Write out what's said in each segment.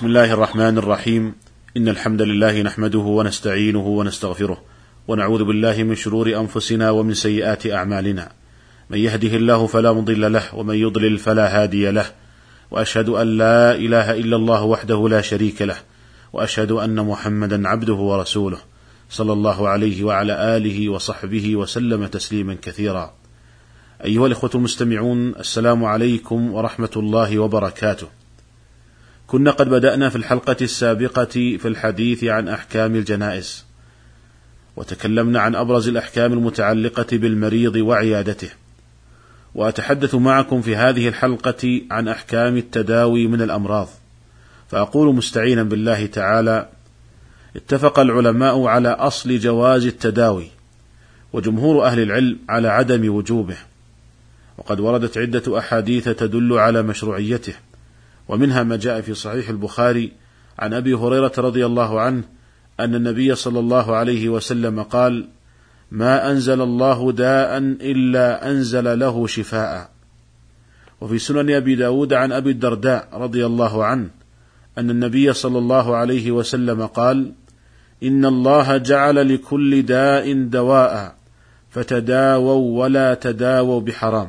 بسم الله الرحمن الرحيم. إن الحمد لله نحمده ونستعينه ونستغفره ونعوذ بالله من شرور أنفسنا ومن سيئات أعمالنا، من يهده الله فلا مضل له ومن يضلل فلا هادي له، وأشهد أن لا إله إلا الله وحده لا شريك له، وأشهد أن محمدا عبده ورسوله صلى الله عليه وعلى آله وصحبه وسلم تسليما كثيرا. أيها الإخوة المستمعون، السلام عليكم ورحمة الله وبركاته. كنا قد بدأنا في الحلقة السابقة في الحديث عن أحكام الجنائز، وتكلمنا عن أبرز الأحكام المتعلقة بالمريض وعيادته، وأتحدث معكم في هذه الحلقة عن أحكام التداوي من الأمراض. فأقول مستعينا بالله تعالى: اتفق العلماء على أصل جواز التداوي، وجمهور أهل العلم على عدم وجوبه، وقد وردت عدة أحاديث تدل على مشروعيته، ومنها ما جاء في صحيح البخاري عن أبي هريرة رضي الله عنه أن النبي صلى الله عليه وسلم قال: ما أنزل الله داء إلا أنزل له شفاء. وفي سنن أبي داود عن أبي الدرداء رضي الله عنه أن النبي صلى الله عليه وسلم قال: إن الله جعل لكل داء دواء فتداووا ولا تداووا بحرام.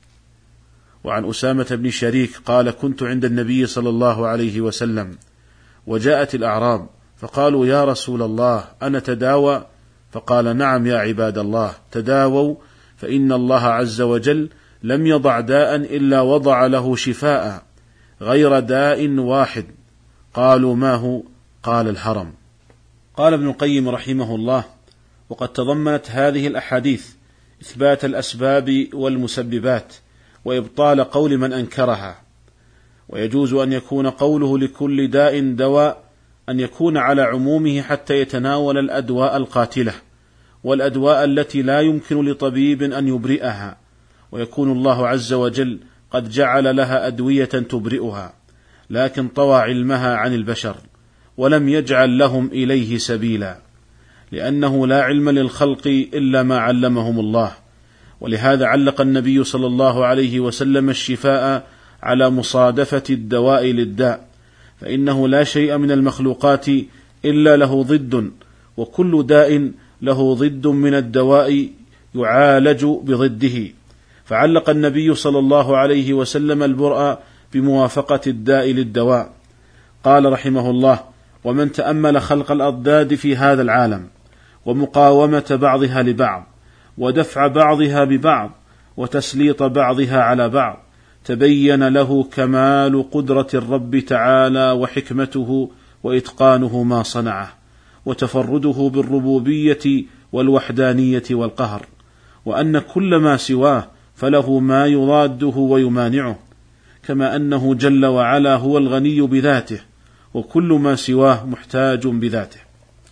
وعن أسامة بن شريك قال: كنت عند النبي صلى الله عليه وسلم وجاءت الأعراب فقالوا: يا رسول الله أنا تداوى؟ فقال: نعم يا عباد الله، تداووا، فإن الله عز وجل لم يضع داء إلا وضع له شفاء غير داء واحد. قالوا: ما هو؟ قال: الهرم. قال ابن القيم رحمه الله: وقد تضمنت هذه الأحاديث إثبات الأسباب والمسببات وإبطال قول من أنكرها، ويجوز أن يكون قوله لكل داء دواء أن يكون على عمومه حتى يتناول الأدواء القاتلة والأدواء التي لا يمكن لطبيب أن يبرئها، ويكون الله عز وجل قد جعل لها أدوية تبرئها، لكن طوى علمها عن البشر ولم يجعل لهم إليه سبيلا، لأنه لا علم للخلق إلا ما علمهم الله. ولهذا علق النبي صلى الله عليه وسلم الشفاء على مصادفة الدواء للداء، فإنه لا شيء من المخلوقات إلا له ضد، وكل داء له ضد من الدواء يعالج بضده. فعلق النبي صلى الله عليه وسلم البرء بموافقة الداء للدواء. قال رحمه الله: ومن تأمل خلق الأضداد في هذا العالم ومقاومة بعضها لبعض ودفع بعضها ببعض وتسليط بعضها على بعض، تبين له كمال قدرة الرب تعالى وحكمته وإتقانه ما صنعه، وتفرده بالربوبية والوحدانية والقهر، وأن كل ما سواه فله ما يضاده ويمانعه، كما أنه جل وعلا هو الغني بذاته، وكل ما سواه محتاج بذاته.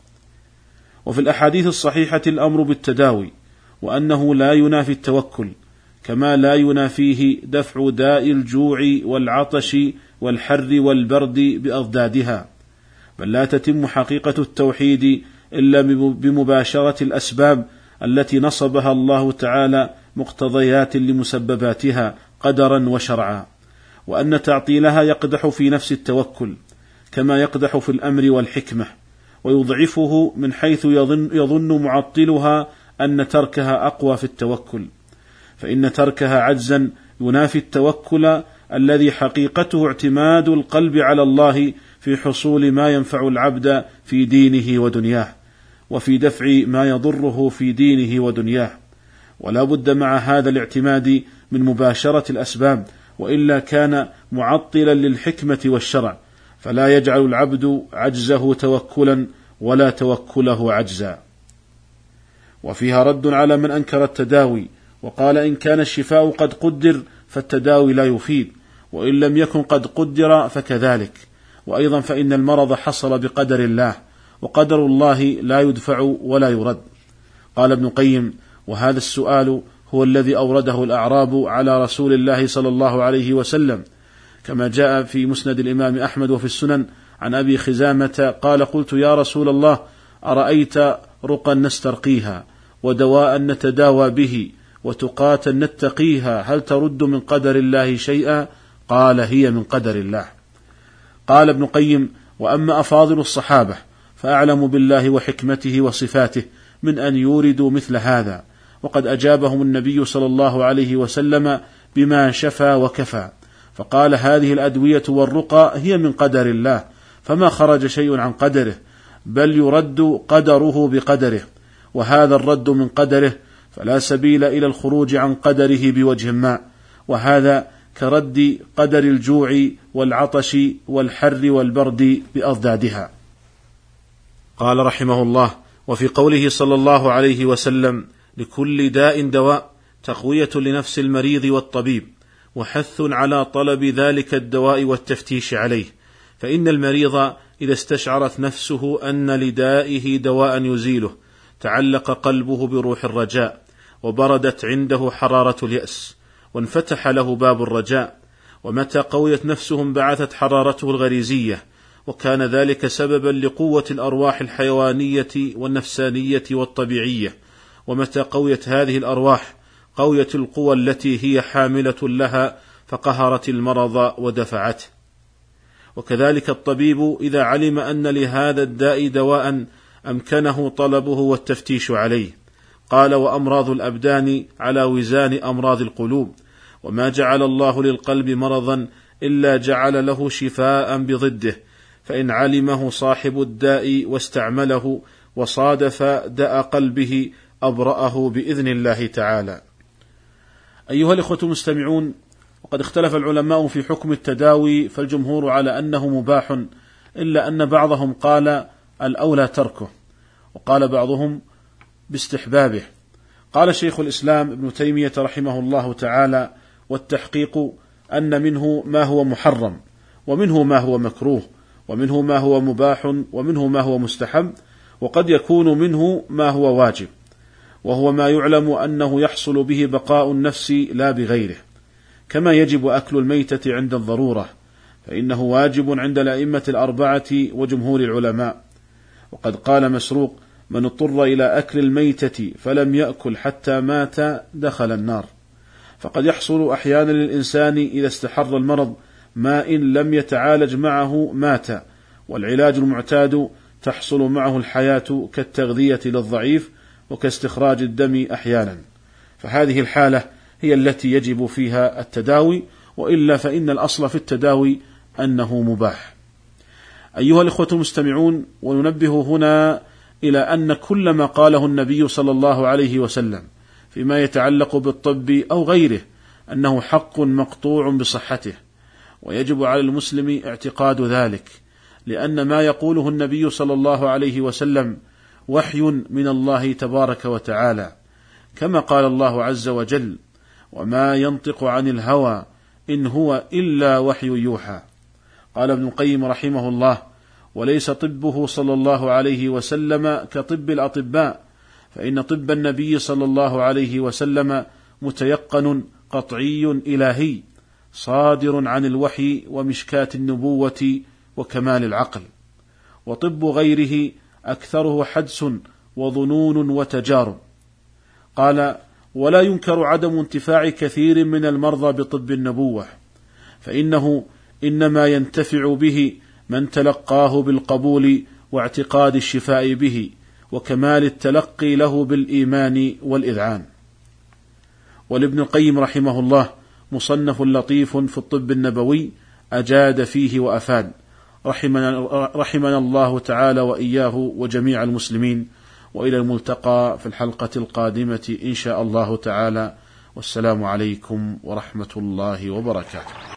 وفي الأحاديث الصحيحة الأمر بالتداوي، وأنه لا ينافي التوكل، كما لا ينافيه دفع داء الجوع والعطش والحر والبرد بأضدادها، بل لا تتم حقيقة التوحيد إلا بمباشرة الأسباب التي نصبها الله تعالى مقتضيات لمسبباتها قدرا وشرعا، وأن تعطيلها يقدح في نفس التوكل كما يقدح في الأمر والحكمة، ويضعفه من حيث يظن معطلها أن تركها أقوى في التوكل، فإن تركها عجزا ينافي التوكل الذي حقيقته اعتماد القلب على الله في حصول ما ينفع العبد في دينه ودنياه، وفي دفع ما يضره في دينه ودنياه. ولا بد مع هذا الاعتماد من مباشرة الأسباب، وإلا كان معطلا للحكمة والشرع، فلا يجعل العبد عجزه توكلا ولا توكله عجزا. وفيها رد على من أنكر التداوي وقال: إن كان الشفاء قد قدر فالتداوي لا يفيد، وإن لم يكن قد قدر فكذلك. وأيضا فإن المرض حصل بقدر الله، وقدر الله لا يدفع ولا يرد. قال ابن القيم: وهذا السؤال هو الذي أورده الأعراب على رسول الله صلى الله عليه وسلم، كما جاء في مسند الإمام أحمد وفي السنن عن أبي خزامة قال: قلت يا رسول الله أرأيت رقا نسترقيها ودواء نتداوى به وتقاة نتقيها هل ترد من قدر الله شيئا؟ قال: هي من قدر الله. قال ابن القيم: وأما أفاضل الصحابة فأعلم بالله وحكمته وصفاته من أن يوردوا مثل هذا، وقد أجابهم النبي صلى الله عليه وسلم بما شفى وكفى، فقال: هذه الأدوية والرقى هي من قدر الله، فما خرج شيء عن قدره، بل يرد قدره بقدره، وهذا الرد من قدره، فلا سبيل إلى الخروج عن قدره بوجه ما، وهذا كرد قدر الجوع والعطش والحر والبرد بأضدادها. قال رحمه الله: وفي قوله صلى الله عليه وسلم: لكل داء دواء، تقوية لنفس المريض والطبيب، وحث على طلب ذلك الدواء والتفتيش عليه، فإن المريض إذا استشعرت نفسه أن لدائه دواء يزيله تعلق قلبه بروح الرجاء، وبردت عنده حرارة اليأس، وانفتح له باب الرجاء، ومتى قويت نفسه انبعثت حرارته الغريزية، وكان ذلك سببا لقوة الأرواح الحيوانية والنفسانية والطبيعية، ومتى قويت هذه الأرواح قويت القوى التي هي حاملة لها فقهرت المرض ودفعته. وكذلك الطبيب إذا علم أن لهذا الداء دواء أمكنه طلبه والتفتيش عليه. قال: وأمراض الأبدان على وزان أمراض القلوب، وما جعل الله للقلب مرضا إلا جعل له شفاء بضده، فإن علمه صاحب الداء واستعمله وصادف داء قلبه أبرأه بإذن الله تعالى. أيها الإخوة المستمعون، وقد اختلف العلماء في حكم التداوي، فالجمهور على أنه مباح، إلا أن بعضهم قال الأولى تركه، وقال بعضهم باستحبابه. قال شيخ الإسلام ابن تيمية رحمه الله تعالى: والتحقيق أن منه ما هو محرم، ومنه ما هو مكروه، ومنه ما هو مباح، ومنه ما هو مستحب، وقد يكون منه ما هو واجب، وهو ما يعلم أنه يحصل به بقاء النفس لا بغيره، كما يجب أكل الميتة عند الضرورة، فإنه واجب عند الأئمة الأربعة وجمهور العلماء. وقد قال مسروق: من اضطر إلى أكل الميتة فلم يأكل حتى مات دخل النار. فقد يحصل أحيانا للإنسان إذا استحر المرض ما إن لم يتعالج معه مات، والعلاج المعتاد تحصل معه الحياة كالتغذية للضعيف وكاستخراج الدم أحيانا، فهذه الحالة هي التي يجب فيها التداوي، وإلا فإن الأصل في التداوي أنه مباح. أيها الإخوة المستمعون، وننبه هنا إلى أن كل ما قاله النبي صلى الله عليه وسلم فيما يتعلق بالطب أو غيره أنه حق مقطوع بصحته، ويجب على المسلم اعتقاد ذلك، لأن ما يقوله النبي صلى الله عليه وسلم وحي من الله تبارك وتعالى، كما قال الله عز وجل: وما ينطق عن الهوى إن هو إلا وحي يوحى. قال ابن القيم رحمه الله: وليس طبه صلى الله عليه وسلم كطب الأطباء، فإن طب النبي صلى الله عليه وسلم متيقن قطعي إلهي صادر عن الوحي ومشكاة النبوة وكمال العقل، وطب غيره أكثره حدس وظنون وتجارب. قال: ولا ينكر عدم انتفاع كثير من المرضى بطب النبوة، فإنه إنما ينتفع به من تلقاه بالقبول واعتقاد الشفاء به وكمال التلقي له بالإيمان والإذعان. ولابن القيم رحمه الله مصنف لطيف في الطب النبوي أجاد فيه وأفاد، رحمنا الله تعالى وإياه وجميع المسلمين، وإلى الملتقى في الحلقة القادمة إن شاء الله تعالى، والسلام عليكم ورحمة الله وبركاته.